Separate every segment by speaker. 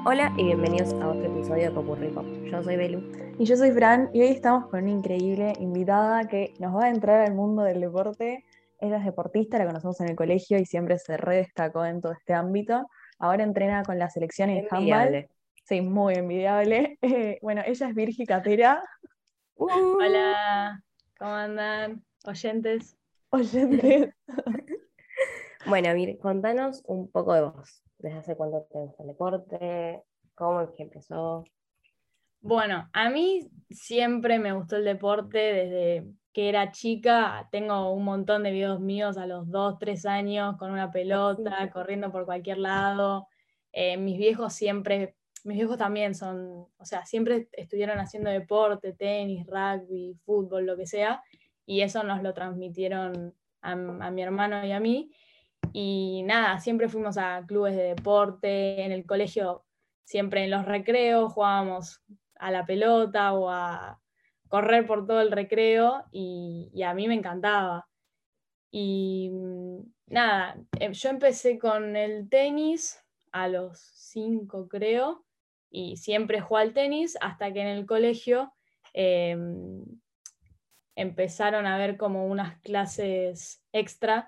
Speaker 1: Hola y bienvenidos a otro episodio de Popurrí Pop. Yo soy Belu.
Speaker 2: Y yo soy Fran y hoy estamos con una increíble invitada que nos va a entrar al mundo del deporte. Ella es deportista, la conocemos en el colegio y siempre se redestacó en todo este ámbito. Ahora entrena con la selección en handball.
Speaker 1: Envidiable.
Speaker 2: Sí, muy envidiable. Bueno, ella es Virgi Catera,
Speaker 1: Uh.
Speaker 3: Hola, ¿cómo andan? Oyentes.
Speaker 2: oyente.
Speaker 1: Bueno, Mir, contanos un poco de vos. ¿Desde hace cuánto te gusta el deporte? ¿Cómo es que empezó?
Speaker 3: Bueno, a mí siempre me gustó el deporte desde que era chica. Tengo un montón de videos míos a los 2, 3 años con una pelota, corriendo por cualquier lado. Mis viejos también son, o sea, siempre estuvieron haciendo deporte, tenis, rugby, fútbol, lo que sea, y eso nos lo transmitieron a mi hermano y a mí. Y nada, siempre fuimos a clubes de deporte, en el colegio, siempre en los recreos jugábamos a la pelota o a correr por todo el recreo y a mí me encantaba. Y nada, yo empecé con el tenis a los 5 creo, y siempre jugué al tenis hasta que en el colegio eh, empezaron a ver como unas clases extra.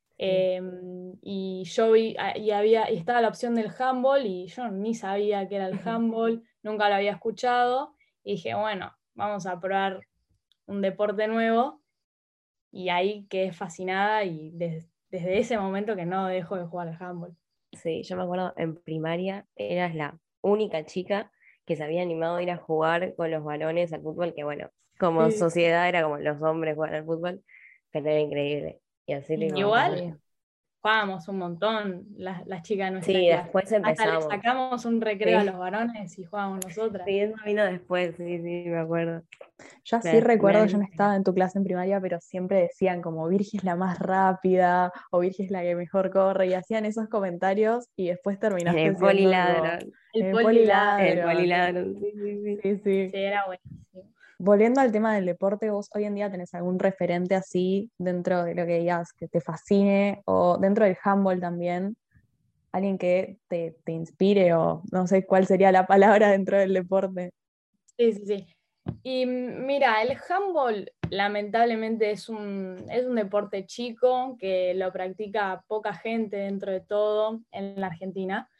Speaker 3: Y yo vi, y estaba la opción del handball y yo ni sabía qué era el handball, nunca lo había escuchado y dije, bueno, vamos a probar un deporte nuevo, y ahí quedé fascinada y desde ese momento que no dejo de jugar al handball.
Speaker 1: Sí, yo me acuerdo en primaria eras la única chica que se había animado a ir a jugar con los varones al fútbol, que bueno, como
Speaker 3: Sí.
Speaker 1: sociedad era como los hombres jugar al fútbol, pero era increíble. Y así lo
Speaker 2: No,
Speaker 1: intentamos.
Speaker 3: Igual
Speaker 2: re.
Speaker 3: jugábamos un montón las chicas de nuestra
Speaker 1: Sí,
Speaker 3: clase.
Speaker 1: después
Speaker 3: Hasta le
Speaker 1: empezamos.
Speaker 3: sacamos un recreo a
Speaker 1: Sí,
Speaker 3: los varones y jugábamos nosotras.
Speaker 1: sí, eso vino después, sí, sí, me acuerdo.
Speaker 2: Yo
Speaker 1: La
Speaker 2: así
Speaker 1: de
Speaker 2: recuerdo, yo no
Speaker 1: gimnasia.
Speaker 2: estaba en tu clase en primaria, pero siempre decían como Virgi es la más rápida o Virgi es la que mejor corre y hacían esos comentarios y después
Speaker 1: En
Speaker 2: terminaste
Speaker 1: el
Speaker 2: siendo tipo
Speaker 1: poliladron.
Speaker 3: El
Speaker 2: el
Speaker 1: El
Speaker 3: poliladron,
Speaker 2: poliladron.
Speaker 1: poliladron, sí, sí, sí.
Speaker 2: Sí, sí.
Speaker 3: sí, era buenísimo.
Speaker 2: Volviendo al tema del deporte, ¿vos hoy en día tenés algún referente así dentro de lo que digas que te fascine o dentro del handball también? Alguien que te inspire o no sé cuál sería la palabra dentro del deporte.
Speaker 3: Sí, sí, sí. Y mira, el handball lamentablemente es un deporte chico que lo practica poca gente dentro de todo en la Argentina.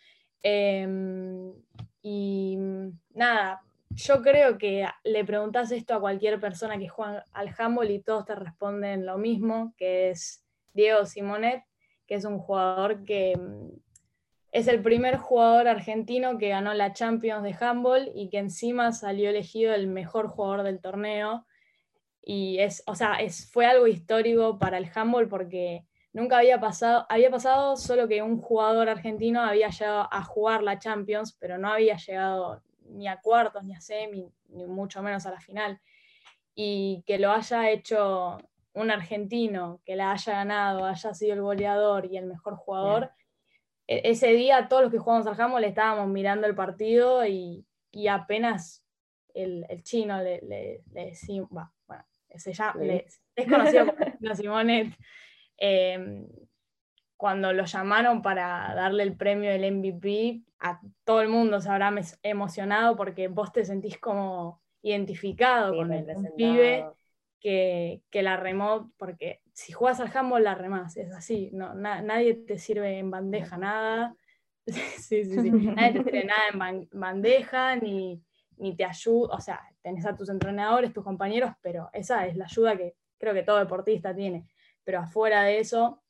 Speaker 3: Eh, y nada, yo creo que le preguntás esto a cualquier persona que juega al handball y todos te responden lo mismo, que es Diego Simonet, que es un jugador que es el primer jugador argentino que ganó la Champions de handball y que encima salió elegido el mejor jugador del torneo. Y fue algo histórico para el handball porque nunca había pasado solo que un jugador argentino había llegado a jugar la Champions, pero no había llegado ni a cuartos, ni a semi, ni mucho menos a la final. Y que lo haya hecho un argentino, que la haya ganado, haya sido el goleador y el mejor
Speaker 1: Bien.
Speaker 3: jugador. Ese día todos los que jugamos al handball estábamos mirando el partido y apenas el chino le decimos, bueno,
Speaker 1: Sí.
Speaker 3: es conocido como Chino Simonet. eh, Cuando lo llamaron para darle el premio del MVP, a todo el mundo se habrá emocionado porque vos te sentís como identificado
Speaker 1: Sí,
Speaker 3: con él, un pibe
Speaker 1: representado.
Speaker 3: que la remó, porque si juegas al handball la remás, es así, no, nadie te sirve en bandeja nada, sí, sí, sí, nadie te sirve nada en bandeja, ni te ayuda, o sea, tenés a tus entrenadores, tus compañeros, pero esa es la ayuda que creo que todo deportista tiene, pero afuera de eso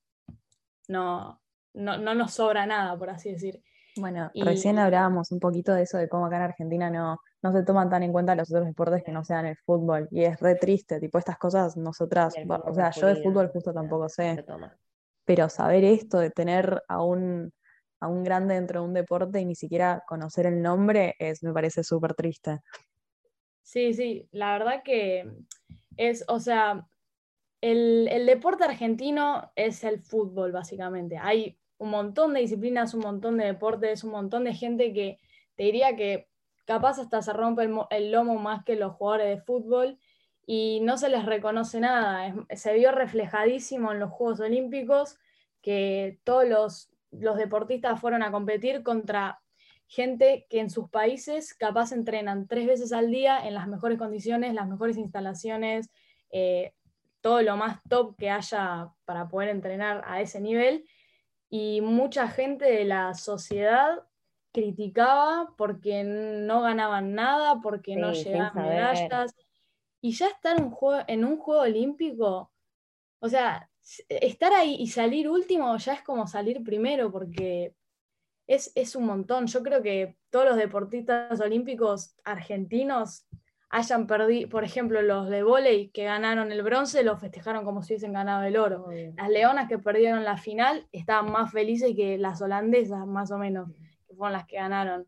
Speaker 3: no nos sobra nada, por así decir.
Speaker 2: Bueno, recién
Speaker 3: Y
Speaker 2: hablábamos un poquito de eso, de cómo acá en Argentina no se toman tan en cuenta los otros deportes que no sean el fútbol. Y es re triste, tipo estas cosas nosotras,
Speaker 1: Y el
Speaker 2: o
Speaker 1: fútbol
Speaker 2: sea, yo de
Speaker 1: masculino,
Speaker 2: fútbol justo
Speaker 1: nada,
Speaker 2: tampoco
Speaker 1: no
Speaker 2: sé,
Speaker 1: se toma.
Speaker 2: pero saber esto de tener a un grande dentro de un deporte y ni siquiera conocer el nombre me parece súper triste.
Speaker 3: sí, sí, la verdad que o sea, el deporte argentino es el fútbol, básicamente. Hay un montón de disciplinas, un montón de deportes, un montón de gente que te diría que capaz hasta se rompe el lomo más que los jugadores de fútbol y no se les reconoce nada. Se vio reflejadísimo en los Juegos Olímpicos que todos los deportistas fueron a competir contra gente que en sus países capaz entrenan 3 veces al día en las mejores condiciones, las mejores instalaciones, todo lo más top que haya para poder entrenar a ese nivel. Y mucha gente de la sociedad criticaba porque no ganaban nada, porque no
Speaker 1: Sí, sin
Speaker 3: llegaban
Speaker 1: saber.
Speaker 3: medallas. Y ya estar en un juego olímpico, o sea, estar ahí y salir último ya es como salir primero, porque es un montón. Yo creo que todos los deportistas olímpicos argentinos hayan perdido, por ejemplo, los de vóley que ganaron el bronce, lo festejaron como si hubiesen ganado el oro.
Speaker 1: Obvio.
Speaker 3: Las leonas que perdieron la final estaban más felices que las holandesas, más o menos, que fueron las que ganaron.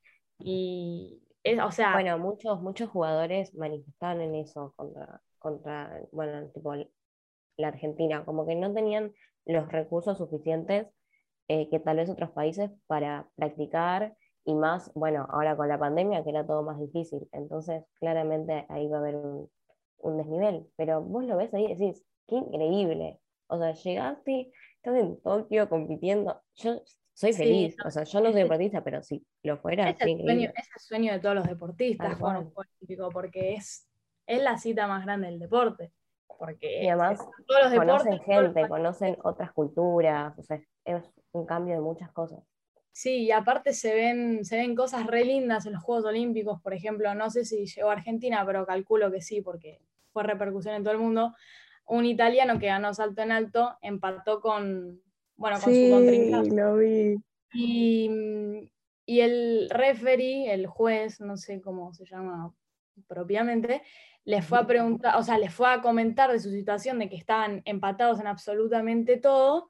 Speaker 3: Y, o sea,
Speaker 1: Bueno, muchos jugadores manifestaban en eso bueno, tipo la Argentina, como que no tenían los recursos suficientes que tal vez otros países para practicar y más, bueno, ahora con la pandemia que era todo más difícil, entonces claramente ahí va a haber un desnivel, pero vos lo ves ahí y decís, qué increíble, o sea, llegaste, estás en Tokio compitiendo, yo soy
Speaker 3: sí,
Speaker 1: feliz, o sea, yo no soy deportista, pero si lo fuera, sería increíble,
Speaker 3: es el sueño de todos los deportistas
Speaker 1: tal
Speaker 3: jugar un
Speaker 1: cual.
Speaker 3: juego olímpico, porque es la cita más grande del deporte.
Speaker 1: Y
Speaker 3: Porque
Speaker 1: además
Speaker 3: todos los deportes,
Speaker 1: conocen
Speaker 3: todos los
Speaker 1: gente,
Speaker 3: países.
Speaker 1: conocen otras culturas, o sea, es un cambio de muchas cosas.
Speaker 3: Sí, y aparte se ven cosas re lindas en los Juegos Olímpicos, por ejemplo, no sé si llegó a Argentina, pero calculo que sí, porque fue repercusión en todo el mundo. Un italiano que ganó salto en alto empató bueno, con su
Speaker 2: Sí,
Speaker 3: contrincante.
Speaker 2: lo vi.
Speaker 3: Y, y el referee, el juez, no sé cómo se llama propiamente, les fue a preguntar, o sea, les fue a comentar de su situación de que estaban empatados en absolutamente todo,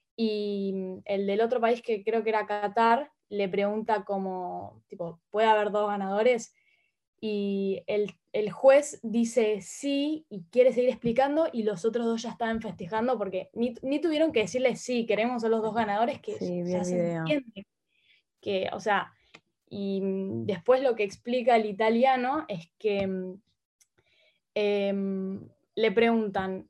Speaker 3: y el del otro país, que creo que era Qatar, le pregunta como, tipo, ¿puede haber dos ganadores? Y el juez dice sí y quiere seguir explicando, y los otros dos ya estaban festejando porque ni tuvieron que decirle sí, queremos a los dos ganadores, que
Speaker 2: Sí, vi
Speaker 3: ya
Speaker 2: el
Speaker 3: se
Speaker 2: video.
Speaker 3: entiende que, o sea, y después lo que explica el italiano es que le preguntan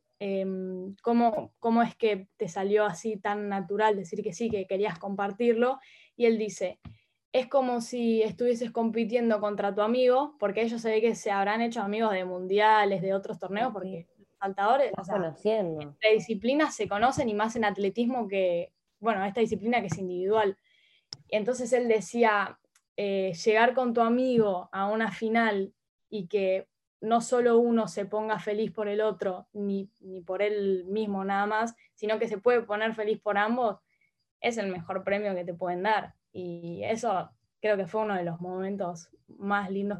Speaker 3: cómo es que te salió así tan natural decir que sí, que querías compartirlo, y él dice, es como si estuvieses compitiendo contra tu amigo, porque ellos se ve que se habrán hecho amigos de mundiales, de otros torneos,
Speaker 1: Sí,
Speaker 3: porque los saltadores, o
Speaker 1: vas
Speaker 3: sea,
Speaker 1: conociendo.
Speaker 3: entre disciplinas se conocen, y más en atletismo, que, bueno, esta disciplina que es individual. Y entonces él decía, llegar con tu amigo a una final y que no solo uno se ponga feliz por el otro, ni por él mismo nada más, sino que se puede poner feliz por ambos, es el mejor premio que te pueden dar. Y eso creo que fue uno de los momentos más lindos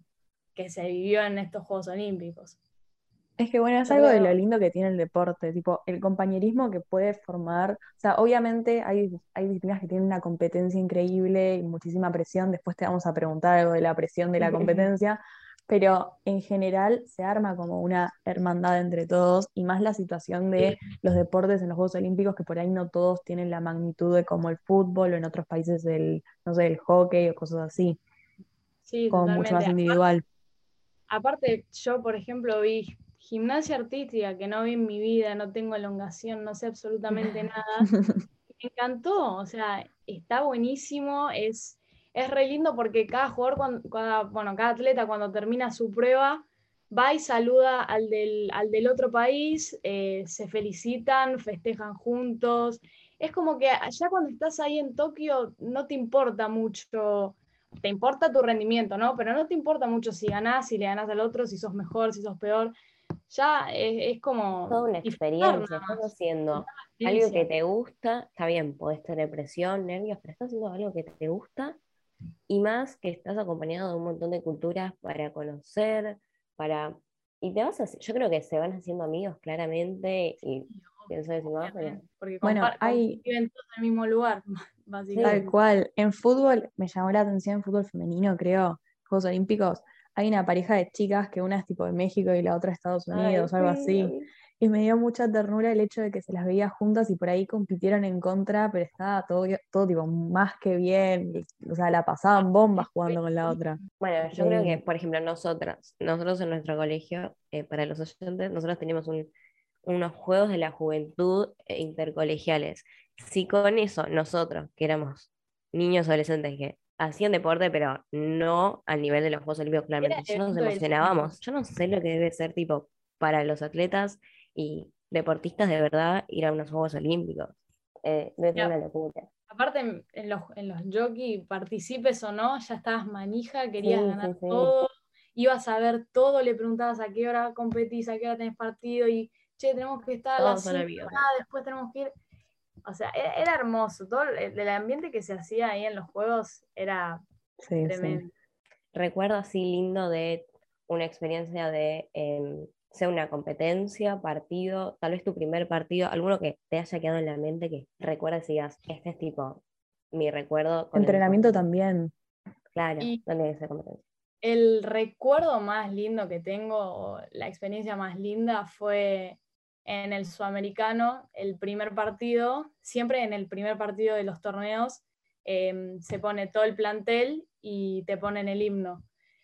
Speaker 3: que se vivió en estos Juegos Olímpicos.
Speaker 2: Es que bueno, es
Speaker 1: Yo
Speaker 2: algo de lo
Speaker 1: creo,
Speaker 2: lindo que tiene el deporte, tipo el compañerismo que puede formar, o sea, obviamente hay disciplinas que tienen una competencia increíble y muchísima presión, después te vamos a preguntar algo de la presión de la competencia, pero en general se arma como una hermandad entre todos y más la situación de los deportes en los Juegos Olímpicos que por ahí no todos tienen la magnitud de como el fútbol o en otros países no sé, el hockey o cosas así,
Speaker 3: Sí,
Speaker 2: como mucho
Speaker 3: totalmente.
Speaker 2: más individual.
Speaker 3: Aparte, yo, por ejemplo, vi gimnasia artística, que no vi en mi vida, no tengo elongación, no sé absolutamente nada. Me encantó, o sea, está buenísimo, es re lindo porque cada jugador, bueno, cada atleta cuando termina su prueba, va y saluda al del otro país, se felicitan, festejan juntos. Es como que ya cuando estás ahí en Tokio no te importa mucho, te importa tu rendimiento, ¿no? Pero no te importa mucho si ganás, si le ganás al otro, si sos mejor, si sos peor. Ya es
Speaker 1: es
Speaker 3: como
Speaker 1: toda una
Speaker 3: disfrutar
Speaker 1: experiencia,
Speaker 3: nada
Speaker 1: estás
Speaker 3: más,
Speaker 1: haciendo
Speaker 3: disfrutar la
Speaker 1: algo que
Speaker 3: experiencia.
Speaker 1: te gusta, está bien, podés tener presión, nervios, pero estás haciendo algo que te gusta y más que estás acompañado de un montón de culturas para conocer, para... Y te vas a... Yo creo que se van haciendo amigos claramente y
Speaker 3: Sí,
Speaker 1: pienso decir más, pero
Speaker 3: obviamente, porque
Speaker 2: Bueno, hay,
Speaker 3: viven todos en el mismo lugar,
Speaker 2: tal
Speaker 1: sí,
Speaker 3: básicamente.
Speaker 2: cual. En fútbol, me llamó la atención en fútbol femenino, creo, Juegos Olímpicos. Hay una pareja de chicas que una es tipo de México y la otra de Estados
Speaker 1: ay,
Speaker 2: Unidos, algo
Speaker 1: sí, lo
Speaker 2: así.
Speaker 1: vi.
Speaker 2: Y me dio mucha ternura el hecho de que se las veía juntas y por ahí compitieron en contra, pero estaba todo tipo más que bien. O sea, la pasaban bombas jugando con la otra.
Speaker 1: Bueno, yo creo que,
Speaker 2: Increíble.
Speaker 1: por ejemplo, nosotros en nuestro colegio, para los oyentes, nosotros teníamos unos juegos de la juventud intercolegiales. Si con eso nosotros, que éramos niños adolescentes que hacían deporte, pero no al nivel de los Juegos Olímpicos,
Speaker 3: Era
Speaker 1: claramente.
Speaker 3: el
Speaker 1: Ya nos
Speaker 3: evento del año.
Speaker 1: emocionábamos. Yo no sé lo que debe ser, tipo, para los atletas y deportistas de verdad ir a unos Juegos Olímpicos. Debe
Speaker 3: Y
Speaker 1: ser una locura.
Speaker 3: aparte, en los jockey, participes o no, ya estabas manija, querías
Speaker 1: Sí,
Speaker 3: ganar
Speaker 1: sí, sí.
Speaker 3: todo, ibas a ver todo, le preguntabas a qué hora competís, a qué hora tenés partido, y che, tenemos que estar a las
Speaker 1: Todos son
Speaker 3: 5,
Speaker 1: amigos.
Speaker 3: después tenemos que ir. O sea, era hermoso, todo el ambiente que se hacía ahí en los juegos era
Speaker 2: Sí, sí.
Speaker 3: tremendo.
Speaker 1: Recuerdo así lindo de una experiencia de sea una competencia, partido, tal vez tu primer partido, alguno que te haya quedado en la mente que recuerdes y digas, este es tipo mi recuerdo con el
Speaker 2: Entrenamiento
Speaker 1: deporte.
Speaker 2: también.
Speaker 1: Claro,
Speaker 3: Y
Speaker 1: no tiene que ser competencia.
Speaker 3: el recuerdo más lindo que tengo, o la experiencia más linda, fue en el Sudamericano, el primer partido. Siempre en el primer partido de los torneos se pone todo el plantel y te ponen el himno.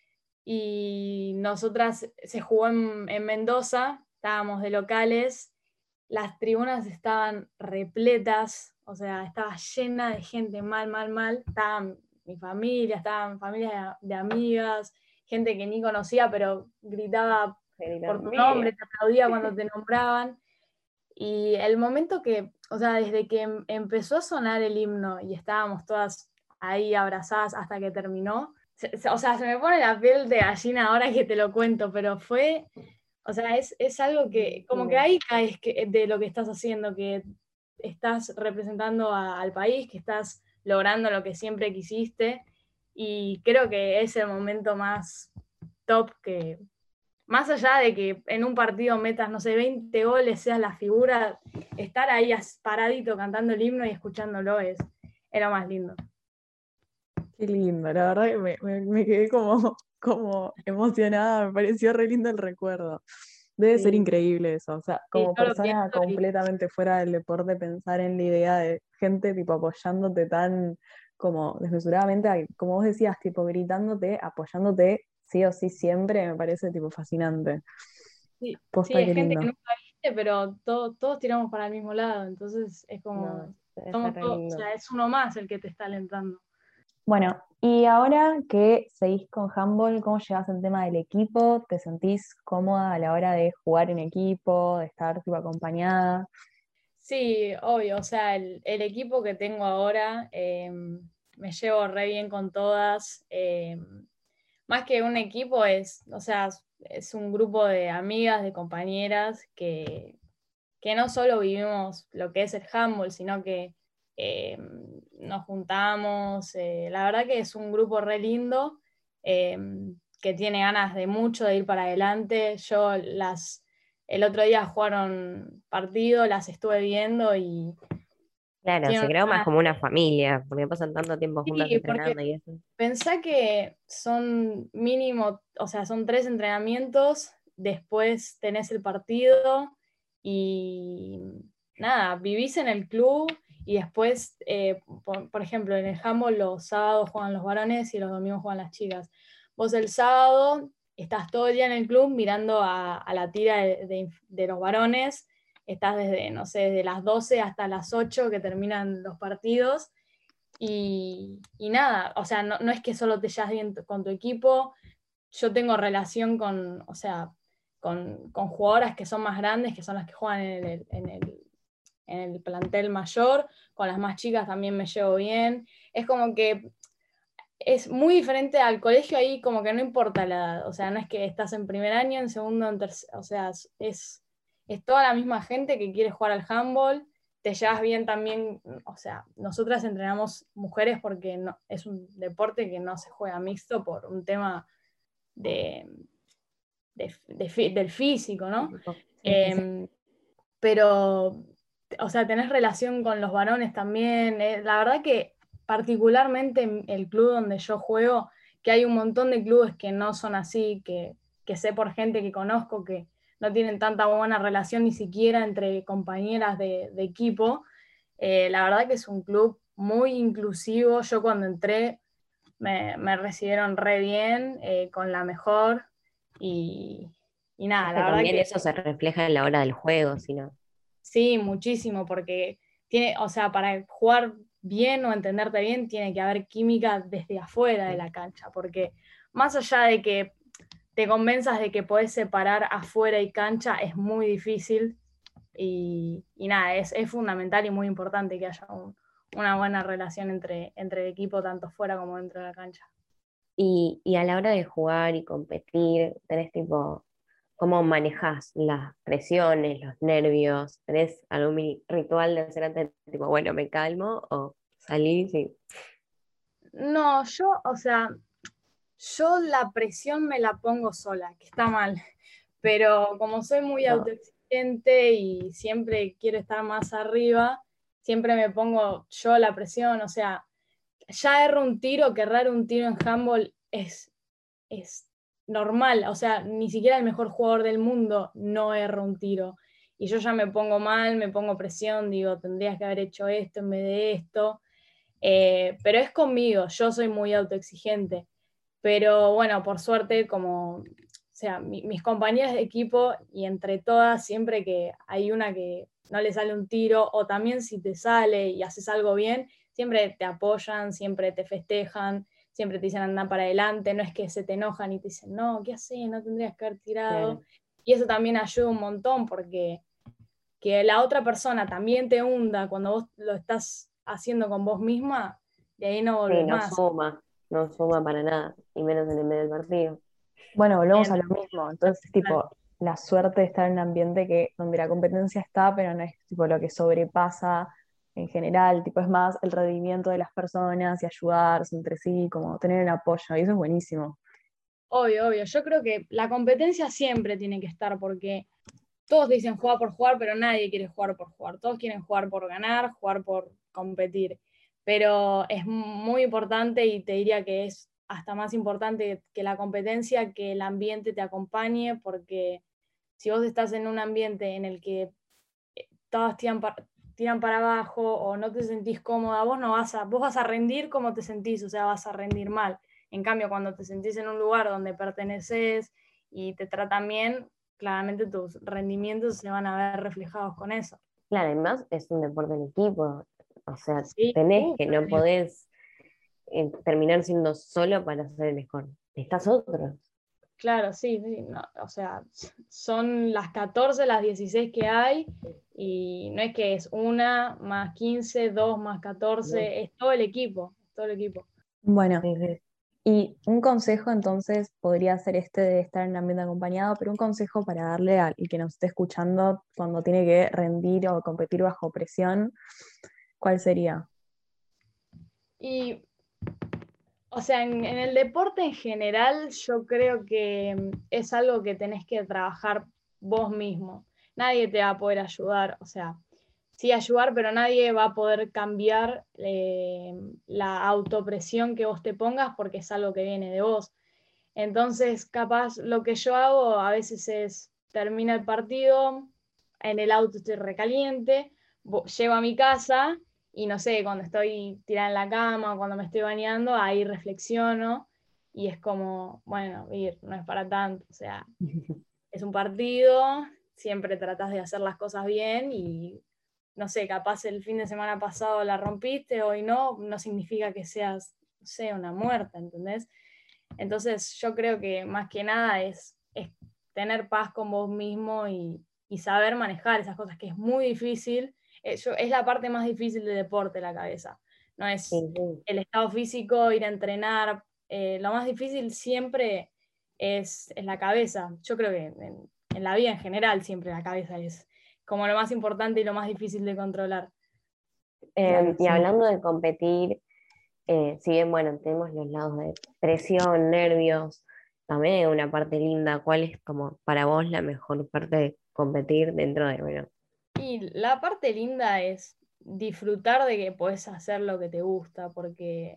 Speaker 3: Y nosotras se jugó en Mendoza, estábamos de locales, las tribunas estaban repletas, o sea, estaba llena de gente, mal, mal, mal. Estaban mi familia, estaban familias de amigas, gente que ni conocía, pero gritaba por tu nombre, te aplaudía cuando te nombraban. Y el momento que, o sea, desde que empezó a sonar el himno y estábamos todas ahí abrazadas hasta que terminó, o sea, se me pone la piel de gallina ahora que te lo cuento, pero fue, o sea, es algo que, como que ahí caes de lo que estás haciendo, que estás representando al país, que estás logrando lo que siempre quisiste, y creo que es el momento más top que, más allá de que en un partido metas, no sé, 20 goles, seas la figura, estar ahí paradito cantando el himno y escuchándolo es lo más lindo.
Speaker 2: Qué lindo, la verdad que me quedé como, como emocionada, me pareció re lindo el recuerdo. Debe ser
Speaker 3: Sí,
Speaker 2: increíble eso, o sea,
Speaker 3: sí,
Speaker 2: como
Speaker 3: yo lo
Speaker 2: persona
Speaker 3: pienso y
Speaker 2: completamente fuera del deporte, pensar en la idea de gente tipo apoyándote tan como desmesuradamente, como vos decías, tipo gritándote, apoyándote sí o sí siempre, me parece tipo fascinante.
Speaker 3: sí, sí,
Speaker 2: Posta,
Speaker 3: es
Speaker 2: qué
Speaker 3: gente que
Speaker 2: lindo.
Speaker 3: nunca viste, pero todos tiramos para el mismo lado, entonces es como,
Speaker 1: No, debe ser
Speaker 3: somos
Speaker 1: re
Speaker 3: todos, o
Speaker 1: lindo.
Speaker 3: sea, es uno más el que te está alentando.
Speaker 2: Bueno, y ahora que seguís con handball, ¿cómo llevas el tema del equipo? ¿Te sentís cómoda a la hora de jugar en equipo, de estar tipo acompañada?
Speaker 3: Sí, obvio, o sea, el equipo que tengo ahora, me llevo re bien con todas. Más que un equipo es, o sea, es un grupo de amigas, de compañeras que no solo vivimos lo que es el handball, sino que eh, nos juntamos. La verdad que es un grupo re lindo, eh, que tiene ganas de mucho de ir para adelante. El otro día jugaron partido, las estuve viendo y
Speaker 1: Claro, se
Speaker 3: tienen
Speaker 1: creó más
Speaker 3: ganas.
Speaker 1: como una familia, porque pasan tanto tiempo juntas
Speaker 3: Sí, porque
Speaker 1: entrenando y eso.
Speaker 3: pensá que son mínimo, o sea, son 3 entrenamientos, después tenés el partido y nada, vivís en el club y después, por ejemplo, en el handball los sábados juegan los varones y los domingos juegan las chicas. Vos el sábado estás todo el día en el club mirando a la tira de los varones, estás desde, no sé, desde las 12 hasta las 8 que terminan los partidos y nada, o sea, no es que solo te llevas bien con tu equipo, yo tengo relación con, o sea, con jugadoras que son más grandes, que son las que juegan en el plantel mayor, con las más chicas también me llevo bien, es como que es muy diferente al colegio ahí, como que no importa la edad, o sea, no es que estás en primer año, en segundo, en tercer, o sea, es toda la misma gente que quiere jugar al handball, te llevas bien también, o sea, nosotras entrenamos mujeres porque no, es un deporte que no se juega mixto por un tema de, del físico, ¿no?
Speaker 1: Físico. Sí, sí, sí.
Speaker 3: Pero, o sea, tenés relación con los varones también. La verdad que particularmente en el club donde yo juego, que hay un montón de clubes que no son así, que sé por gente que conozco que no tienen tanta buena relación ni siquiera entre compañeras de equipo. La verdad que es un club muy inclusivo. Yo cuando entré me recibieron re bien, con la mejor y, y
Speaker 1: Es
Speaker 3: nada,
Speaker 1: que
Speaker 3: la verdad
Speaker 1: también
Speaker 3: que
Speaker 1: eso se refleja en la hora del juego, si no.
Speaker 3: sí, muchísimo, porque tiene, o sea, para jugar bien o entenderte bien, tiene que haber química desde afuera de la cancha, porque más allá de que te convenzas de que podés separar afuera y cancha, es muy difícil y nada, es fundamental y muy importante que haya una buena relación entre el equipo, tanto fuera como dentro de la cancha.
Speaker 1: Y a la hora de jugar y competir, tenés tipo, ¿cómo manejás las presiones, los nervios? ¿Tenés algún ritual de hacer antes, tipo, bueno, me calmo o salís y...
Speaker 3: No, o sea, yo la presión me la pongo sola, que está mal, pero como soy muy
Speaker 1: No,
Speaker 3: autoexigente y siempre quiero estar más arriba, siempre me pongo yo la presión, o sea, ya erro un tiro, que errar un tiro en handball es normal, o sea, ni siquiera el mejor jugador del mundo no erra un tiro. Y yo ya me pongo mal, me pongo presión, digo, tendrías que haber hecho esto en vez de esto. Pero es conmigo, yo soy muy autoexigente. Pero bueno, por suerte, como, o sea, mis compañeras de equipo y entre todas, siempre que hay una que no le sale un tiro, o también si te sale y haces algo bien, siempre te apoyan, siempre te festejan, siempre te dicen anda para adelante, no es que se te enojan y te dicen, no, ¿qué haces? No tendrías que haber tirado.
Speaker 1: claro.
Speaker 3: Y eso también ayuda un montón porque que la otra persona también te hunda cuando vos lo estás haciendo con vos misma, de ahí no
Speaker 1: Sí,
Speaker 3: volvés más.
Speaker 1: no suma para nada, y menos en el medio del partido.
Speaker 2: Bueno, volvemos a
Speaker 3: Entonces,
Speaker 2: lo mismo. Entonces, tipo, la suerte de estar en un ambiente donde la competencia está, pero no es tipo lo que sobrepasa en general, tipo, es más el rendimiento de las personas y ayudarse entre sí, como tener el apoyo, y eso es buenísimo.
Speaker 3: obvio, obvio. Yo creo que la competencia siempre tiene que estar porque todos dicen jugar por jugar, pero nadie quiere jugar por jugar. Todos quieren jugar por ganar, jugar por competir. Pero es muy importante y te diría que es hasta más importante que la competencia, que el ambiente te acompañe, porque si vos estás en un ambiente en el que todos tiran para abajo o no te sentís cómoda, vos vas a rendir como te sentís, o sea, vas a rendir mal. En cambio, cuando te sentís en un lugar donde perteneces y te tratan bien, claramente tus rendimientos se van a ver reflejados con eso.
Speaker 1: Claro, además es un deporte en equipo, o sea,
Speaker 3: Sí,
Speaker 1: tenés que, no podés terminar siendo solo para ser el mejor. Estás otros.
Speaker 3: claro, sí, sí, no, o sea, son las 14, las 16 que hay y no es que es una más 15, dos más
Speaker 1: ¿No?
Speaker 3: 14, es todo el equipo, es todo el equipo.
Speaker 2: Bueno,
Speaker 1: Sí, sí.
Speaker 2: y un consejo entonces podría ser este de estar en un ambiente acompañado, pero un consejo para darle al que nos esté escuchando cuando tiene que rendir o competir bajo presión, ¿cuál sería?
Speaker 3: Y o sea, en el deporte en general, yo creo que es algo que tenés que trabajar vos mismo. Nadie te va a poder ayudar, o sea, sí ayudar, pero nadie va a poder cambiar la autopresión que vos te pongas porque es algo que viene de vos. Entonces, capaz lo que yo hago a veces es termina el partido, en el auto estoy recaliente, llego a mi casa y no sé, cuando estoy tirada en la cama o cuando me estoy bañando, ahí reflexiono y es como, bueno, ir, no es para tanto, o sea, es un partido, siempre tratas de hacer las cosas bien y no sé, capaz el fin de semana pasado la rompiste, hoy no, no significa que seas, no sé, una muerta, ¿entendés? Entonces yo creo que más que nada es tener paz con vos mismo y saber manejar esas cosas, que es muy difícil. Es la parte más difícil del deporte, la cabeza. No
Speaker 1: Sí,
Speaker 3: es
Speaker 1: sí.
Speaker 3: el estado físico, ir a entrenar. Lo más difícil siempre es la cabeza. Yo creo que en la vida en general siempre la cabeza es como lo más importante y lo más difícil de controlar.
Speaker 2: Claro,
Speaker 1: Y
Speaker 2: sí.
Speaker 1: hablando de competir, si bien, bueno, tenemos los lados de presión, nervios, también hay una parte linda. ¿Cuál es como para vos la mejor parte de competir dentro de, bueno,
Speaker 3: Y la parte linda es disfrutar de que podés hacer lo que te gusta, porque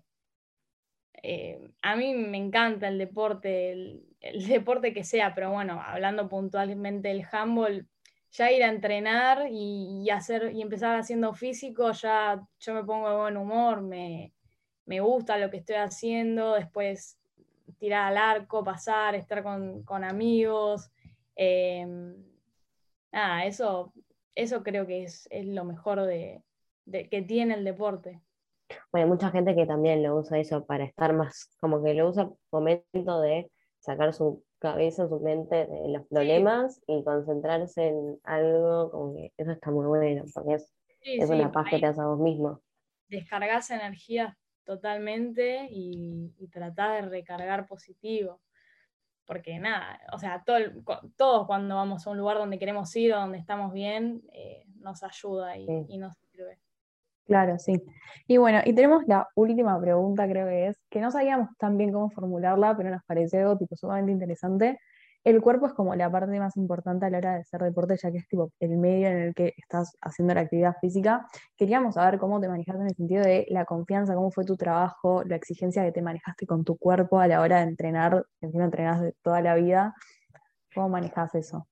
Speaker 3: a mí me encanta el deporte, el deporte que sea, pero bueno, hablando puntualmente del handball, ya ir a entrenar y hacer, y empezar haciendo físico, ya yo me pongo de buen humor, me gusta lo que estoy haciendo, después tirar al arco, pasar, estar con amigos. eh, Nada, eso creo que es lo mejor que tiene el deporte.
Speaker 1: Bueno, hay mucha gente que también lo usa eso para estar más, como que lo usa momento de sacar su cabeza, su mente de los
Speaker 3: Sí,
Speaker 1: problemas y concentrarse en algo, como que eso está muy bueno, porque
Speaker 3: sí,
Speaker 1: es
Speaker 3: sí,
Speaker 1: una
Speaker 3: para
Speaker 1: paz que te das a vos mismo.
Speaker 3: descargas energía totalmente y tratar de recargar positivo. Porque nada, o sea, todos cuando vamos a un lugar donde queremos ir o donde estamos bien, nos ayuda
Speaker 1: Sí.
Speaker 3: y nos sirve.
Speaker 2: Claro, sí. Y bueno, y tenemos la última pregunta, creo que es, que no sabíamos tan bien cómo formularla, pero nos pareció algo tipo sumamente interesante. El cuerpo es como la parte más importante a la hora de hacer deporte, ya que es tipo el medio en el que estás haciendo la actividad física. Queríamos saber cómo te manejaste en el sentido de la confianza, cómo fue tu trabajo, la exigencia que te manejaste con tu cuerpo a la hora de entrenar, que encima entrenás de toda la vida. ¿Cómo manejas eso?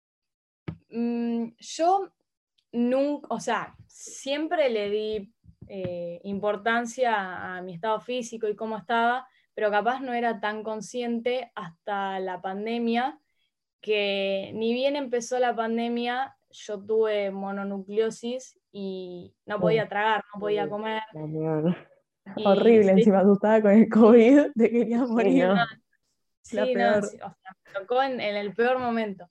Speaker 3: Yo nunca, o sea, siempre le di importancia a mi estado físico y cómo estaba, pero capaz no era tan consciente hasta la pandemia, que ni bien empezó la pandemia, yo tuve mononucleosis y no
Speaker 2: Uh,
Speaker 3: podía tragar, no podía
Speaker 1: Sí,
Speaker 3: comer.
Speaker 1: la mierda.
Speaker 3: Y
Speaker 2: Horrible,
Speaker 3: sí,
Speaker 2: encima asustada con el COVID, te querías
Speaker 1: Sí,
Speaker 2: morir.
Speaker 1: no.
Speaker 2: La
Speaker 3: sí, no,
Speaker 2: peor.
Speaker 3: sí, o sea, me tocó en el peor momento.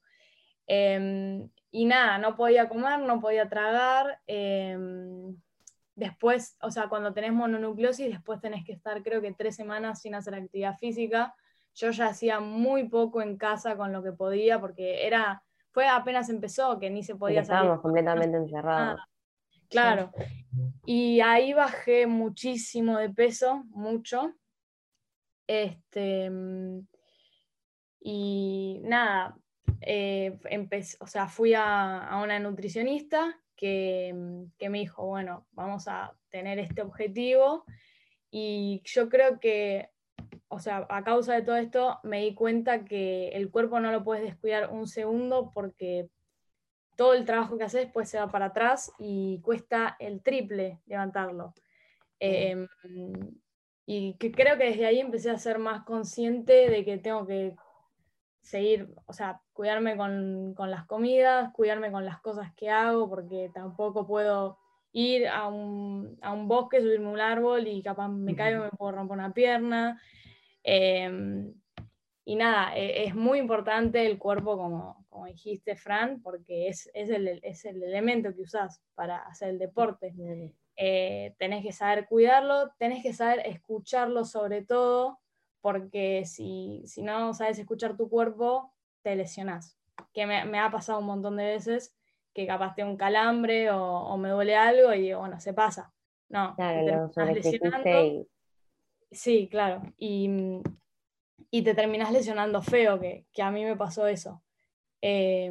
Speaker 3: Y nada, no podía comer, no podía tragar. Después, o sea, cuando tenés mononucleosis, después tenés que estar creo que 3 semanas sin hacer actividad física. Yo ya hacía muy poco en casa con lo que podía, porque fue apenas empezó, que ni se
Speaker 1: Y que
Speaker 3: podía salir.
Speaker 1: estábamos completamente
Speaker 3: Nada,
Speaker 1: encerrados.
Speaker 2: Sí.
Speaker 3: claro. Y ahí bajé muchísimo de peso, mucho. Este, y nada, o sea, fui a una nutricionista que me dijo, bueno, vamos a tener este objetivo. Y yo creo que, o sea, a causa de todo esto, me di cuenta que el cuerpo no lo puedes descuidar un segundo porque todo el trabajo que haces pues se va para atrás y cuesta el triple levantarlo.
Speaker 1: Sí.
Speaker 3: Eh, y que creo que desde ahí empecé a ser más consciente de que tengo que seguir, o sea, cuidarme con las comidas, cuidarme con las cosas que hago, porque tampoco puedo ir a un bosque, subirme a un árbol y capaz me caigo y me puedo romper una pierna. Eh, y nada, es muy importante el cuerpo, como dijiste, Fran, porque es el elemento que usás para hacer el deporte. Tenés que saber cuidarlo, tenés que saber escucharlo sobre todo, porque si no sabes escuchar tu cuerpo, te lesionás. Que me ha pasado un montón de veces que capaz tengo un calambre o me duele algo y digo, bueno, se pasa. No, te
Speaker 1: Claro, lo
Speaker 3: terminas
Speaker 1: sobreexigiste
Speaker 3: lesionando.
Speaker 1: y
Speaker 3: Sí, claro. Y te terminas lesionando feo, que a mí me pasó eso. Eh,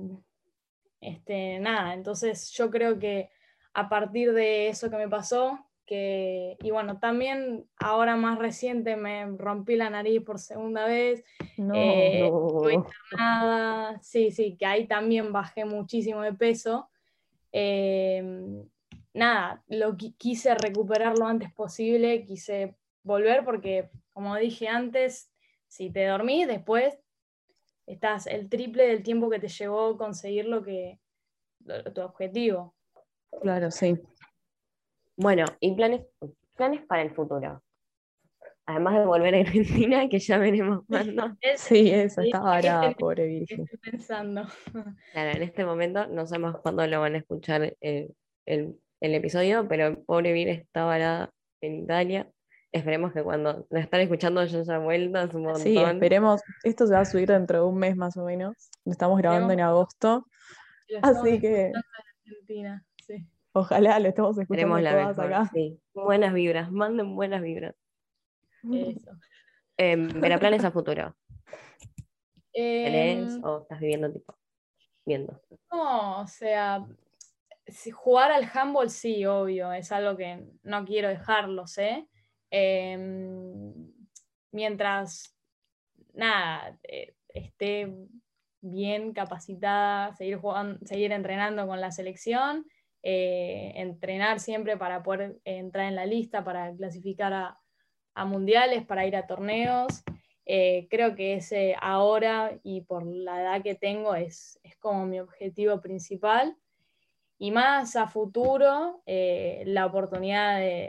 Speaker 3: nada, entonces yo creo que a partir de eso que me pasó, y bueno, también ahora más reciente me rompí la nariz por segunda vez,
Speaker 2: No.
Speaker 3: estuve
Speaker 1: no.
Speaker 3: internada, sí, sí, que ahí también bajé muchísimo de peso. Eh, nada, quise recuperar lo antes posible, quise volver porque, como dije antes, si te dormís, después estás el triple del tiempo que te llevó conseguir tu objetivo.
Speaker 2: Claro, sí.
Speaker 1: Bueno, y planes para el futuro. Además de volver a Argentina, que ya veremos cuándo.
Speaker 3: Es,
Speaker 2: Sí, eso,
Speaker 3: es
Speaker 2: está varada,
Speaker 3: en
Speaker 2: pobre
Speaker 3: que
Speaker 2: Virgen.
Speaker 3: estoy pensando.
Speaker 1: Claro, en este momento no sabemos cuándo lo van a escuchar el episodio, pero pobre Vir está varada en Italia. Esperemos que cuando la están escuchando yo haya vuelto, es un
Speaker 2: Sí,
Speaker 1: montón.
Speaker 2: esperemos. Esto se va a subir dentro de un mes más o menos. Lo estamos grabando
Speaker 3: Esperemos
Speaker 2: en agosto.
Speaker 3: que lo estamos
Speaker 2: Así que
Speaker 3: escuchando en Argentina. Sí,
Speaker 2: ojalá lo estemos
Speaker 1: Esperemos
Speaker 2: escuchando
Speaker 1: la
Speaker 2: todas
Speaker 1: mejor,
Speaker 2: acá.
Speaker 1: sí. Buenas vibras, manden buenas vibras.
Speaker 3: eso.
Speaker 1: Pero planes a futuro. ¿Tenés
Speaker 3: Em,
Speaker 1: o estás viviendo tipo, viendo?
Speaker 3: no, o sea, si jugar al handball sí, obvio, es algo que no quiero dejarlo, ¿sé? Em, mientras, nada, esté bien capacitada, seguir jugando, seguir entrenando con la selección, entrenar siempre para poder entrar en la lista, para clasificar a mundiales, para ir a torneos. Creo que ese ahora y por la edad que tengo es como mi objetivo principal. Y más a futuro, la oportunidad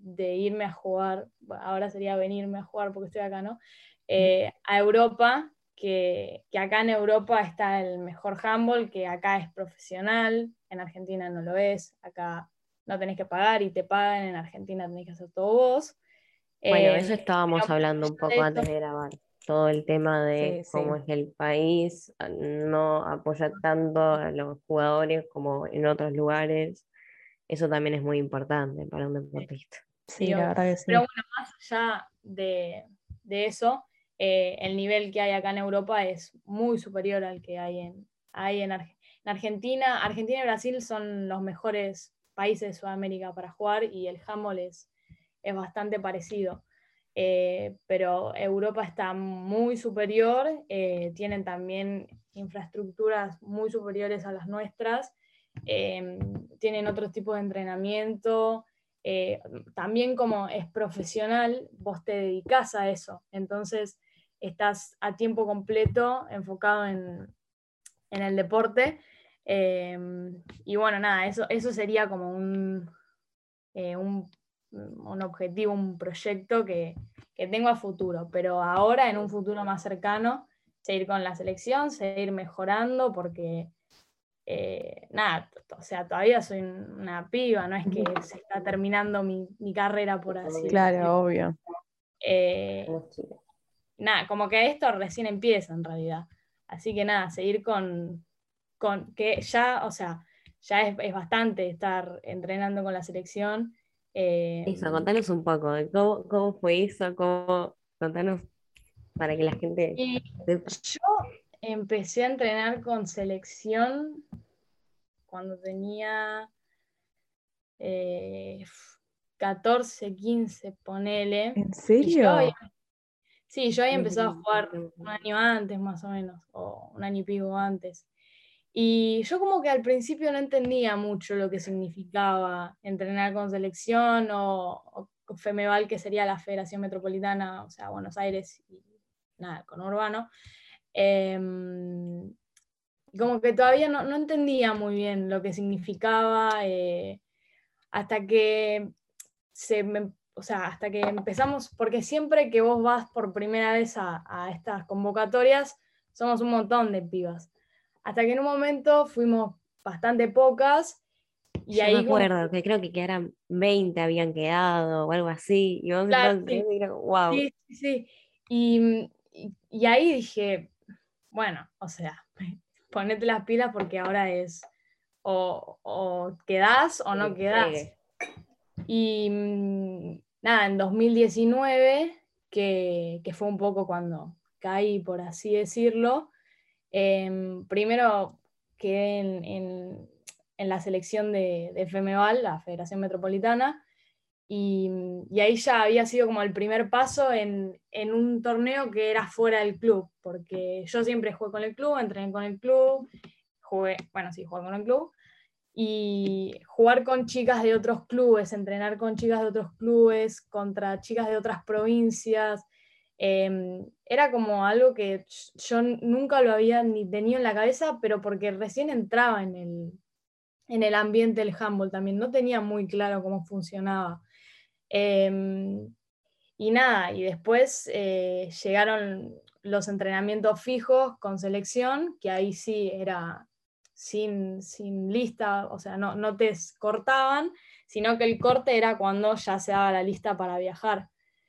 Speaker 3: de irme a jugar, ahora sería venirme a jugar porque estoy acá, ¿no? A Europa, que acá en Europa está el mejor handball, que acá es profesional, en Argentina no lo es, acá no tenés que pagar y te pagan, en Argentina tenés que hacer todo vos.
Speaker 1: Bueno, eso estábamos
Speaker 3: Pero
Speaker 1: hablando un poco antes de grabar. Todo el tema de
Speaker 2: Sí, sí.
Speaker 1: cómo es el país no apoya tanto a los jugadores como en otros lugares. Eso también es muy importante para un deportista.
Speaker 2: Sí,
Speaker 3: Sí,
Speaker 2: la
Speaker 3: obvio.
Speaker 2: verdad que sí.
Speaker 3: Pero bueno, más allá de eso, el nivel que hay acá en Europa es muy superior al que hay en Argentina. Argentina y Brasil son los mejores países de Sudamérica para jugar y el handball es bastante parecido. Pero Europa está muy superior, tienen también infraestructuras muy superiores a las nuestras, tienen otro tipo de entrenamiento. También como es profesional, vos te dedicás a eso, entonces estás a tiempo completo enfocado en el deporte. Y bueno, nada, eso sería como un objetivo, un proyecto que tengo a futuro, pero ahora en un futuro más cercano, seguir con la selección, seguir mejorando, porque nada, o sea, todavía soy una piba, no es que se está terminando mi carrera, por así decirlo.
Speaker 2: Claro, obvio.
Speaker 3: Nada, como que esto recién empieza en realidad. Así que nada, seguir con que ya, o sea, ya es bastante estar entrenando con la selección.
Speaker 1: Eso, contanos un poco de cómo fue eso, contanos para que la gente
Speaker 3: Y
Speaker 1: sepa.
Speaker 3: yo empecé a entrenar con selección cuando tenía 14, 15, ponele.
Speaker 2: ¿En
Speaker 3: Y yo
Speaker 2: serio?
Speaker 3: sí, yo había empezado a jugar un año antes, más o menos, o un año y pico antes. Y yo como que al principio no entendía mucho lo que significaba entrenar con selección o Femeval, que sería la Federación Metropolitana, o sea, Buenos Aires y nada, con Urbano. Como que todavía no entendía muy bien lo que significaba, hasta que o sea, hasta que empezamos, porque siempre que vos vas por primera vez a estas convocatorias, somos un montón de pibas. Hasta que en un momento fuimos bastante pocas y
Speaker 1: Yo me
Speaker 3: ahí como,
Speaker 1: acuerdo que creo que quedaran 20 habían quedado o algo así, y vos
Speaker 3: claro,
Speaker 1: estabas
Speaker 3: sí,
Speaker 1: y era wow.
Speaker 3: sí, sí, sí. Y ahí dije, bueno, o sea, ponete las pilas porque ahora es o quedás o no quedás. Y nada, en 2019, que fue un poco cuando caí, por así decirlo, primero quedé en la selección de FEMEVAL, la Federación Metropolitana, y ahí ya había sido como el primer paso en un torneo que era fuera del club, porque yo siempre jugué con el club, entrené con el club, jugué con el club, y jugar con chicas de otros clubes, entrenar con chicas de otros clubes, contra chicas de otras provincias, era como algo que yo nunca lo había ni tenido en la cabeza, pero porque recién entraba en el ambiente del handball también, no tenía muy claro cómo funcionaba. Y nada, y después llegaron los entrenamientos fijos con selección, que ahí sí era sin lista, o sea, no te cortaban, sino que el corte era cuando ya se daba la lista para viajar.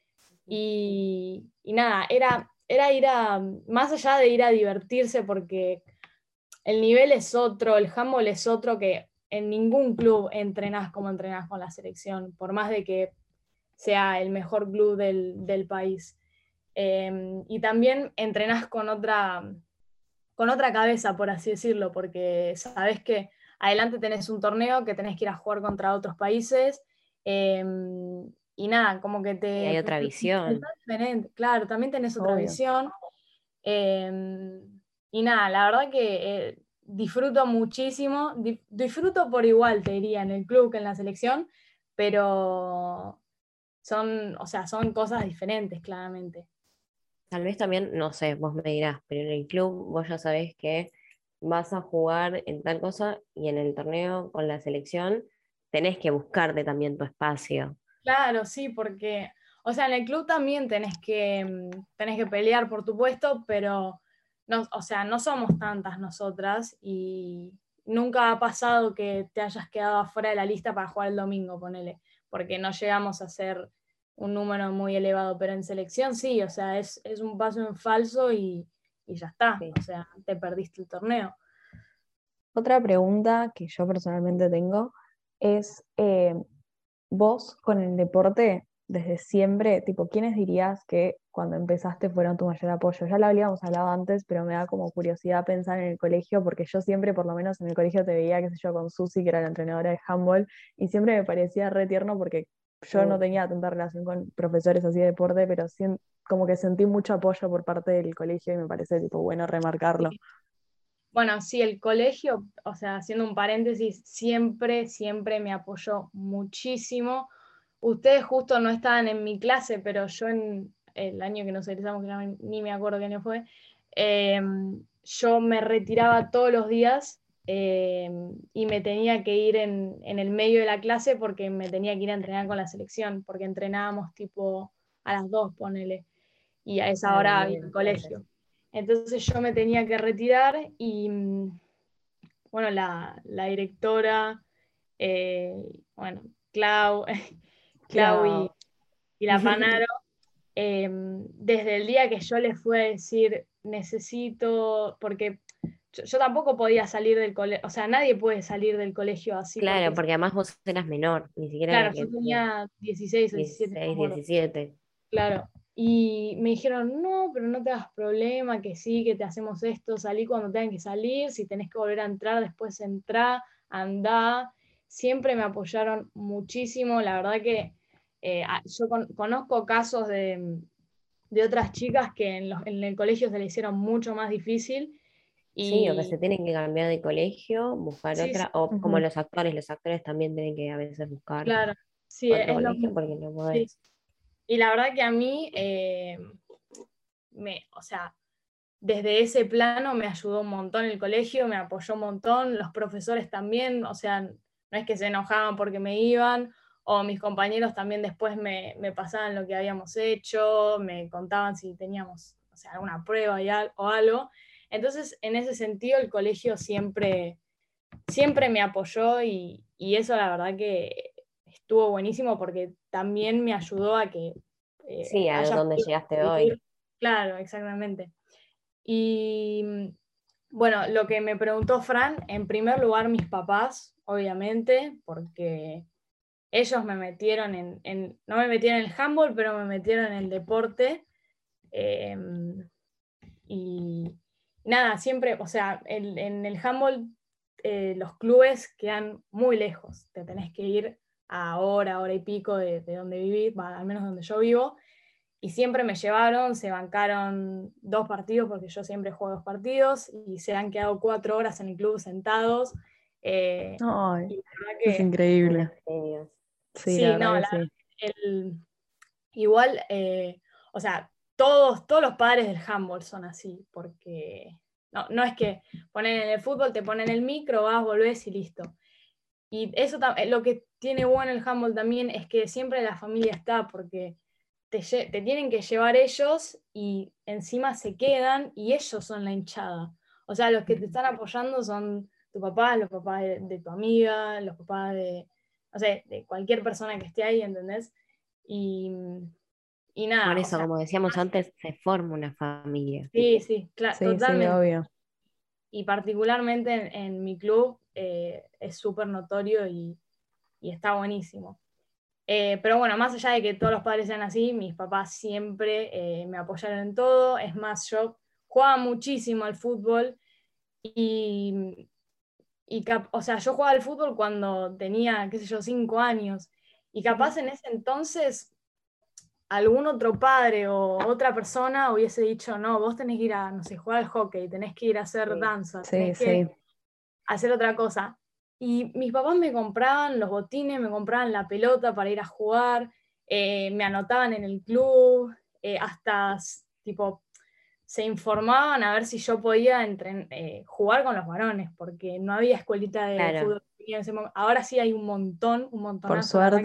Speaker 3: Y nada, era ir más allá de ir a divertirse, porque el nivel es otro, el handball es otro, que en ningún club entrenás como entrenás con la selección, por más de que sea el mejor club del país. Y también entrenás con otra cabeza, por así decirlo, porque sabés que adelante tenés un torneo que tenés que ir a jugar contra otros países, y nada, como que
Speaker 1: Y hay otra visión.
Speaker 3: diferente. Claro, también tenés otra
Speaker 2: Obvio.
Speaker 3: visión. Y nada, la verdad que disfruto muchísimo, disfruto por igual, te diría, en el club que en la selección, pero o sea, son cosas diferentes, claramente.
Speaker 1: Tal vez también, no sé, vos me dirás, pero en el club vos ya sabés que vas a jugar en tal cosa y en el torneo con la selección tenés que buscarte también tu espacio.
Speaker 3: Claro, sí, porque, o sea, en el club también tenés que pelear por tu puesto, pero no, o sea, no somos tantas nosotras y nunca ha pasado que te hayas quedado afuera de la lista para jugar el domingo, ponele, porque no llegamos a ser un número muy elevado, pero en selección sí, o sea, es un paso en falso y ya está,
Speaker 1: Sí.
Speaker 3: o sea, te perdiste el torneo.
Speaker 2: Otra pregunta que yo personalmente tengo es, vos con el deporte, desde siempre, tipo, ¿quiénes dirías que cuando empezaste fueron tu mayor apoyo? Ya lo habíamos hablado antes, pero me da como curiosidad pensar en el colegio, porque yo siempre, por lo menos en el colegio, te veía, qué sé yo, con Susi, que era la entrenadora de handball, y siempre me parecía re tierno porque yo no
Speaker 1: Uh,
Speaker 2: tenía tanta relación con profesores así de deporte, pero como que sentí mucho apoyo por parte del colegio y me parece, tipo, bueno remarcarlo.
Speaker 3: Bueno, sí, el colegio, o sea, haciendo un paréntesis, siempre, siempre me apoyó muchísimo. Ustedes justo no estaban en mi clase, pero yo en el año que nos egresamos, que ni me acuerdo qué año fue, eh, yo me retiraba todos los días y me tenía que ir en el medio de la clase porque me tenía que ir a entrenar con la selección, porque entrenábamos tipo a las 2, ponele, y a esa hora había
Speaker 1: bien,
Speaker 3: el
Speaker 1: entonces.
Speaker 3: colegio. Entonces yo me tenía que retirar y bueno, la directora, bueno, Clau, Clau
Speaker 1: Claro.
Speaker 3: y la Panaro, desde el día que yo les fui a decir, necesito, porque yo tampoco podía salir del colegio, o sea, nadie puede salir del colegio así
Speaker 1: Claro,
Speaker 3: porque,
Speaker 1: porque además vos eras menor, ni siquiera
Speaker 3: claro,
Speaker 1: era
Speaker 3: yo
Speaker 1: que tenías
Speaker 3: tenía 16 o 17, no me
Speaker 1: 16,
Speaker 3: acuerdo.
Speaker 1: 17.
Speaker 3: Claro. Y me dijeron, no, pero no te hagas problema, que sí, que te hacemos esto, salí cuando tengan que salir, si tenés que volver a entrar, después entrá, andá. Siempre me apoyaron muchísimo, la verdad que yo conozco casos de otras chicas que en el colegio se le hicieron mucho más difícil
Speaker 1: Sí, o que se
Speaker 3: y
Speaker 1: tienen que cambiar de colegio, buscar
Speaker 3: sí, sí,
Speaker 1: otra, o como
Speaker 2: Ujú.
Speaker 1: los actores también tienen que a veces buscar
Speaker 3: claro, sí,
Speaker 1: otro
Speaker 3: es lo
Speaker 1: colegio
Speaker 3: mismo.
Speaker 1: porque no
Speaker 3: Sí.
Speaker 1: podés.
Speaker 3: Y la verdad que a mí, o sea, desde ese plano me ayudó un montón el colegio, me apoyó un montón, los profesores también, o sea, no es que se enojaban porque me iban, o mis compañeros también después me pasaban lo que habíamos hecho, me contaban si teníamos, o sea, alguna prueba o algo. Entonces, en ese sentido, el colegio siempre, siempre me apoyó y eso la verdad que estuvo buenísimo porque también me ayudó a que
Speaker 1: Sí, a
Speaker 3: haya
Speaker 1: donde
Speaker 3: podido
Speaker 1: llegaste hoy.
Speaker 3: seguir. Claro, exactamente. Y bueno, lo que me preguntó Fran, en primer lugar mis papás, obviamente, porque ellos me metieron no me metieron en el handball, pero me metieron en el deporte. eh, y nada, siempre, o sea, en el handball los clubes quedan muy lejos, te tenés que ir a hora y pico de donde vivís, al menos donde yo vivo, y siempre me llevaron, se bancaron 2 partidos, porque yo siempre juego 2 partidos, y se han quedado 4 horas en el club sentados.
Speaker 2: Ay,
Speaker 3: Y la verdad
Speaker 2: eso es
Speaker 3: que,
Speaker 1: Unos
Speaker 2: increíble.
Speaker 1: genios.
Speaker 2: Sí, la
Speaker 3: sí,
Speaker 2: verdad
Speaker 3: no,
Speaker 2: que sí.
Speaker 3: el, igual, o sea, todos los padres del handball son así, porque no es que ponen en el fútbol, te ponen el micro, vas, volvés y listo. Y eso lo que tiene bueno el handball también es que siempre la familia está, porque te tienen que llevar ellos y encima se quedan y ellos son la hinchada. O sea, los que te están apoyando son tu papá, los papás de tu amiga, los papás de, no sé, de cualquier persona que esté ahí, ¿entendés? Y, y
Speaker 1: Por
Speaker 3: nada, o
Speaker 1: eso,
Speaker 3: sea,
Speaker 1: como decíamos antes, se forma una familia.
Speaker 3: sí, sí,
Speaker 2: Sí, sí,
Speaker 3: totalmente.
Speaker 2: obvio.
Speaker 3: Y particularmente en mi club es súper notorio y está buenísimo. Pero bueno, más allá de que todos los padres sean así, mis papás siempre me apoyaron en todo. Es más, yo jugaba muchísimo al fútbol y, o sea, yo jugaba al fútbol cuando tenía, qué sé yo, 5 años. Y capaz en ese entonces algún otro padre o otra persona hubiese dicho, no, vos tenés que ir a, no sé, jugar al hockey, tenés que ir a hacer
Speaker 1: Sí.
Speaker 3: danza,
Speaker 2: Sí,
Speaker 3: tenés que
Speaker 2: sí.
Speaker 3: hacer otra cosa. Y mis papás me compraban los botines, me compraban la pelota para ir a jugar, me anotaban en el club, hasta tipo se informaban a ver si yo podía jugar con los varones, porque no había escuelita de
Speaker 1: Claro.
Speaker 3: fútbol en ese momento. Ahora sí hay un
Speaker 2: Por
Speaker 3: montonazo, la verdad.
Speaker 2: suerte,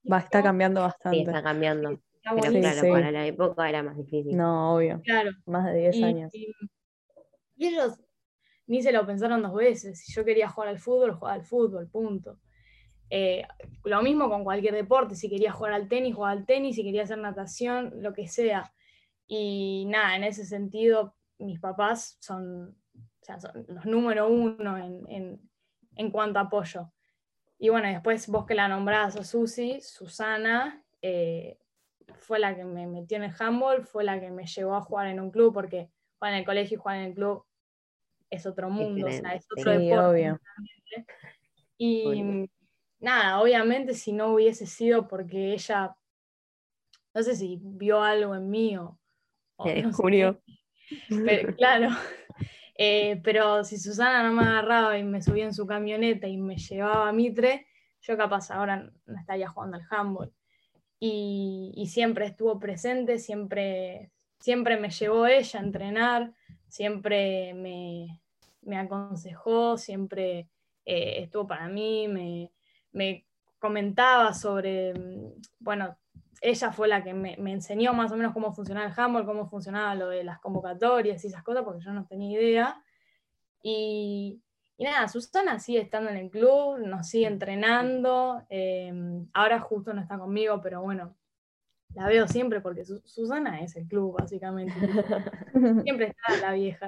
Speaker 2: está cambiando
Speaker 1: Sí,
Speaker 2: bastante.
Speaker 1: está cambiando.
Speaker 3: Está
Speaker 1: Pero
Speaker 3: buenísimo.
Speaker 1: claro,
Speaker 2: Sí.
Speaker 1: para la época era más difícil.
Speaker 2: No, obvio.
Speaker 3: Claro.
Speaker 2: Más de 10 años.
Speaker 3: Y ellos ni se lo pensaron 2 veces. Si yo quería jugar al fútbol, jugaba al fútbol, punto. Lo mismo con cualquier deporte. Si quería jugar al tenis, jugaba al tenis. Si quería hacer natación, lo que sea. Y nada, en ese sentido, mis papás son los número 1 en cuanto a apoyo. Y bueno, después vos que la nombrás a Susi, Susana, fue la que me metió en el handball, fue la que me llevó a jugar en un club, porque jugar en el colegio y jugar en el club es otro mundo, o sea, es otro
Speaker 2: Sí,
Speaker 3: deporte.
Speaker 2: obvio.
Speaker 3: Y
Speaker 1: Obvio.
Speaker 3: nada, obviamente si no hubiese sido porque ella, no sé si vio algo en mí o
Speaker 1: Te
Speaker 3: no sé,
Speaker 1: descubrió.
Speaker 3: pero, claro, pero si Susana no me agarraba y me subía en su camioneta y me llevaba a Mitre, yo capaz ahora no estaría jugando al handball. Y siempre estuvo presente, siempre me llevó ella a entrenar, siempre me aconsejó, siempre estuvo para mí, me comentaba sobre, bueno, ella fue la que me enseñó más o menos cómo funcionaba el handball, cómo funcionaba lo de las convocatorias y esas cosas, porque yo no tenía idea. Y nada, Susana sigue estando en el club, nos sigue entrenando. Ahora justo no está conmigo, pero bueno, la veo siempre porque Susana es el club, básicamente. Siempre está la vieja.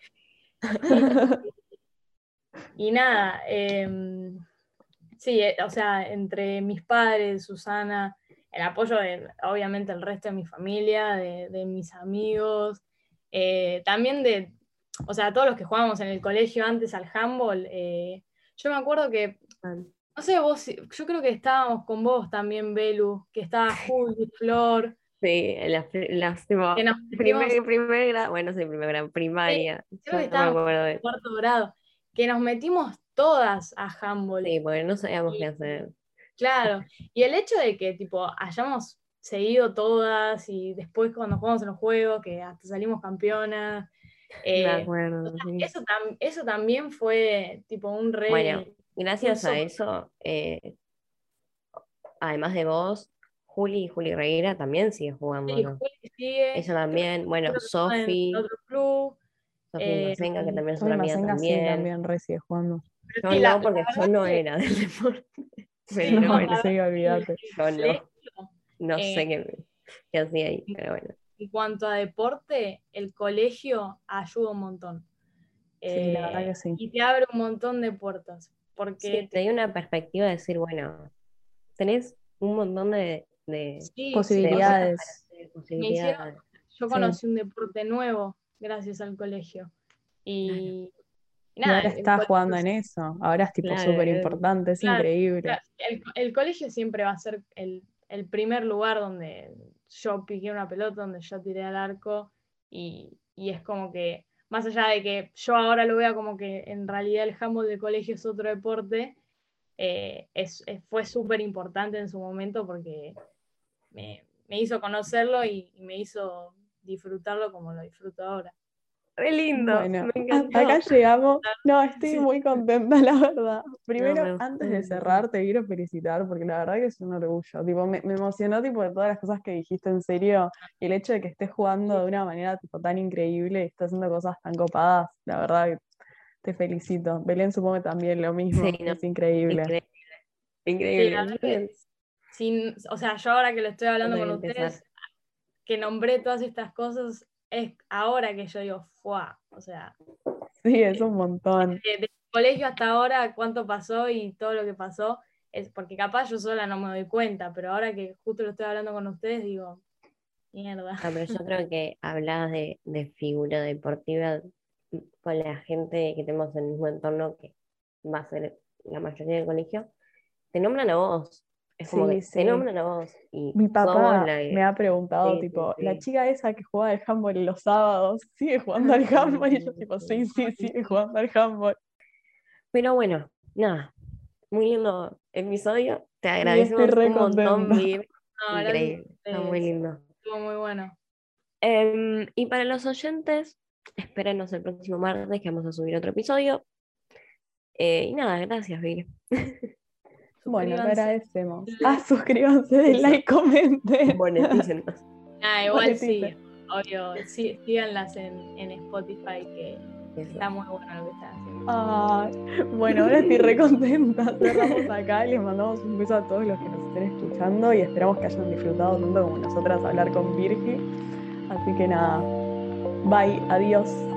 Speaker 3: Y nada, sí, o sea, entre mis padres, Susana, el apoyo de, obviamente, el resto de mi familia, de mis amigos, también de, o sea, todos los que jugábamos en el colegio antes al handball. Yo me acuerdo que, no sé, yo creo que estábamos con vos también, Belu, que estaba Juli, Flor,
Speaker 1: Sí, las tipo,
Speaker 3: que nos metimos,
Speaker 1: primer grado, bueno, sí, primer grado, primaria,
Speaker 3: creo que
Speaker 1: yo no me
Speaker 3: estábamos
Speaker 1: acuerdo
Speaker 3: en
Speaker 1: de.
Speaker 3: cuarto grado, que nos metimos todas a handball.
Speaker 1: Sí, porque no sabíamos
Speaker 3: Y,
Speaker 1: qué hacer.
Speaker 3: claro, y el hecho de que tipo hayamos seguido todas y después cuando jugamos en los juegos, que hasta salimos campeonas,
Speaker 1: Me
Speaker 3: o
Speaker 1: acuerdo,
Speaker 3: sea,
Speaker 1: sí.
Speaker 3: eso también fue tipo un
Speaker 1: Bueno, gracias
Speaker 3: impulso.
Speaker 1: a eso, además de vos, Juli Reguera también sigue jugando
Speaker 3: Sí,
Speaker 1: acá.
Speaker 3: Juli sigue,
Speaker 1: Ella también, bueno,
Speaker 3: creo que está en otro club.
Speaker 1: Sofi
Speaker 3: eh,
Speaker 1: Macenga, que también es
Speaker 2: Soy
Speaker 1: una amiga
Speaker 2: Mazenga, sí,
Speaker 1: también.
Speaker 2: también re sigue jugando.
Speaker 3: pero
Speaker 1: Yo
Speaker 3: sí,
Speaker 1: no,
Speaker 3: la
Speaker 1: porque yo
Speaker 3: verdad
Speaker 1: no
Speaker 3: que
Speaker 1: era del deporte.
Speaker 3: sí,
Speaker 1: Pero
Speaker 3: no,
Speaker 1: bueno,
Speaker 3: la
Speaker 2: Sí,
Speaker 3: verdad que
Speaker 2: olvídate.
Speaker 1: yo
Speaker 3: el
Speaker 1: no,
Speaker 3: colegio,
Speaker 1: no
Speaker 3: eh,
Speaker 1: sé qué hacía ahí, pero bueno.
Speaker 3: en cuanto a deporte, el colegio ayuda un montón.
Speaker 2: Sí, la verdad que sí.
Speaker 3: Y te abre un montón de puertas.
Speaker 1: Sí,
Speaker 3: Porque
Speaker 1: te dio una perspectiva de decir, bueno, tenés un montón
Speaker 3: sí, sí,
Speaker 1: de
Speaker 3: o sea,
Speaker 1: cosas para
Speaker 2: Posibilidades.
Speaker 1: hacer,
Speaker 3: me hicieron,
Speaker 1: posibilidades.
Speaker 3: yo
Speaker 2: Sí.
Speaker 3: conocí un deporte nuevo gracias al colegio.
Speaker 1: Claro,
Speaker 3: Y
Speaker 2: Y
Speaker 3: nada,
Speaker 2: ahora
Speaker 3: el
Speaker 2: está
Speaker 3: colegio,
Speaker 2: jugando en eso. Ahora es tipo
Speaker 1: claro,
Speaker 2: súper importante, es
Speaker 3: claro,
Speaker 2: increíble.
Speaker 3: el colegio siempre va a ser el primer lugar donde yo piqué una pelota, donde yo tiré al arco. Y es como que, más allá de que yo ahora lo vea como que en realidad el handball de colegio es otro deporte, fue súper importante en su momento porque me hizo conocerlo y me hizo disfrutarlo como lo disfruto ahora.
Speaker 1: re lindo,
Speaker 2: Bueno,
Speaker 1: me
Speaker 2: hasta acá
Speaker 1: encantó.
Speaker 2: llegamos. No, estoy
Speaker 3: Sí,
Speaker 2: muy contenta, la verdad.
Speaker 1: No,
Speaker 2: Primero,
Speaker 1: me gustó
Speaker 2: antes de
Speaker 1: mucho.
Speaker 2: cerrar, te quiero felicitar porque la verdad que es un orgullo. Tipo, me emocionó tipo de todas las cosas que dijiste en serio y el hecho de que estés jugando de una manera tipo tan increíble y estés haciendo cosas tan copadas, la verdad que te felicito. Belén supongo que también lo
Speaker 1: Sí,
Speaker 2: mismo,
Speaker 1: no,
Speaker 2: es increíble.
Speaker 1: increíble,
Speaker 3: sí, la
Speaker 1: increíble.
Speaker 3: verdad que o sea, yo ahora que lo estoy hablando
Speaker 1: Voy a
Speaker 3: con
Speaker 1: empezar.
Speaker 3: ustedes, que nombré todas estas cosas, es ahora que yo digo, ¡fua! O sea,
Speaker 2: Sí, es un montón.
Speaker 3: del colegio hasta ahora, cuánto pasó y todo lo que pasó, es porque capaz yo sola no me doy cuenta, pero ahora que justo lo estoy hablando con ustedes, digo, mierda.
Speaker 1: No, pero yo creo que hablabas de figura deportiva con la gente que tenemos en el mismo entorno, que va a ser la mayoría del colegio, te nombran a vos. Es como
Speaker 2: Sí,
Speaker 1: que te
Speaker 2: sí.
Speaker 1: nombran a vos y
Speaker 2: Mi
Speaker 1: sos vos
Speaker 2: papá
Speaker 1: la
Speaker 2: me
Speaker 1: que.
Speaker 2: ha preguntado,
Speaker 1: Sí, sí,
Speaker 2: tipo, la
Speaker 1: sí.
Speaker 2: chica esa que juega al handball los sábados, ¿sigue jugando al handball? Y yo, tipo, sí, sí, sigue jugando al handball.
Speaker 1: Pero bueno, nada, muy lindo episodio. Te
Speaker 2: Sí, estoy
Speaker 1: agradecemos
Speaker 2: re
Speaker 1: un montón,
Speaker 2: contenta.
Speaker 1: Vir.
Speaker 3: No, gracias a
Speaker 1: Increíble, está muy
Speaker 3: ustedes,
Speaker 1: lindo.
Speaker 3: estuvo muy bueno.
Speaker 1: Y para los oyentes, espérenos el próximo martes que vamos a subir otro episodio. Y nada, gracias, Vir.
Speaker 2: Bueno, te
Speaker 3: suscríbanse.
Speaker 2: agradecemos. Suscríbanse, den like, comenten.
Speaker 1: Monetícennos.
Speaker 3: Igual sí,
Speaker 2: Moneticen.
Speaker 3: obvio, sí, síganlas en Spotify, que
Speaker 1: Eso.
Speaker 3: está muy bueno lo que están haciendo.
Speaker 2: Bueno, ahora estoy re contenta. Cerramos acá, les mandamos un beso a todos los que nos estén escuchando y esperamos que hayan disfrutado tanto como nosotras hablar con Virgi. Así que nada, bye, adiós.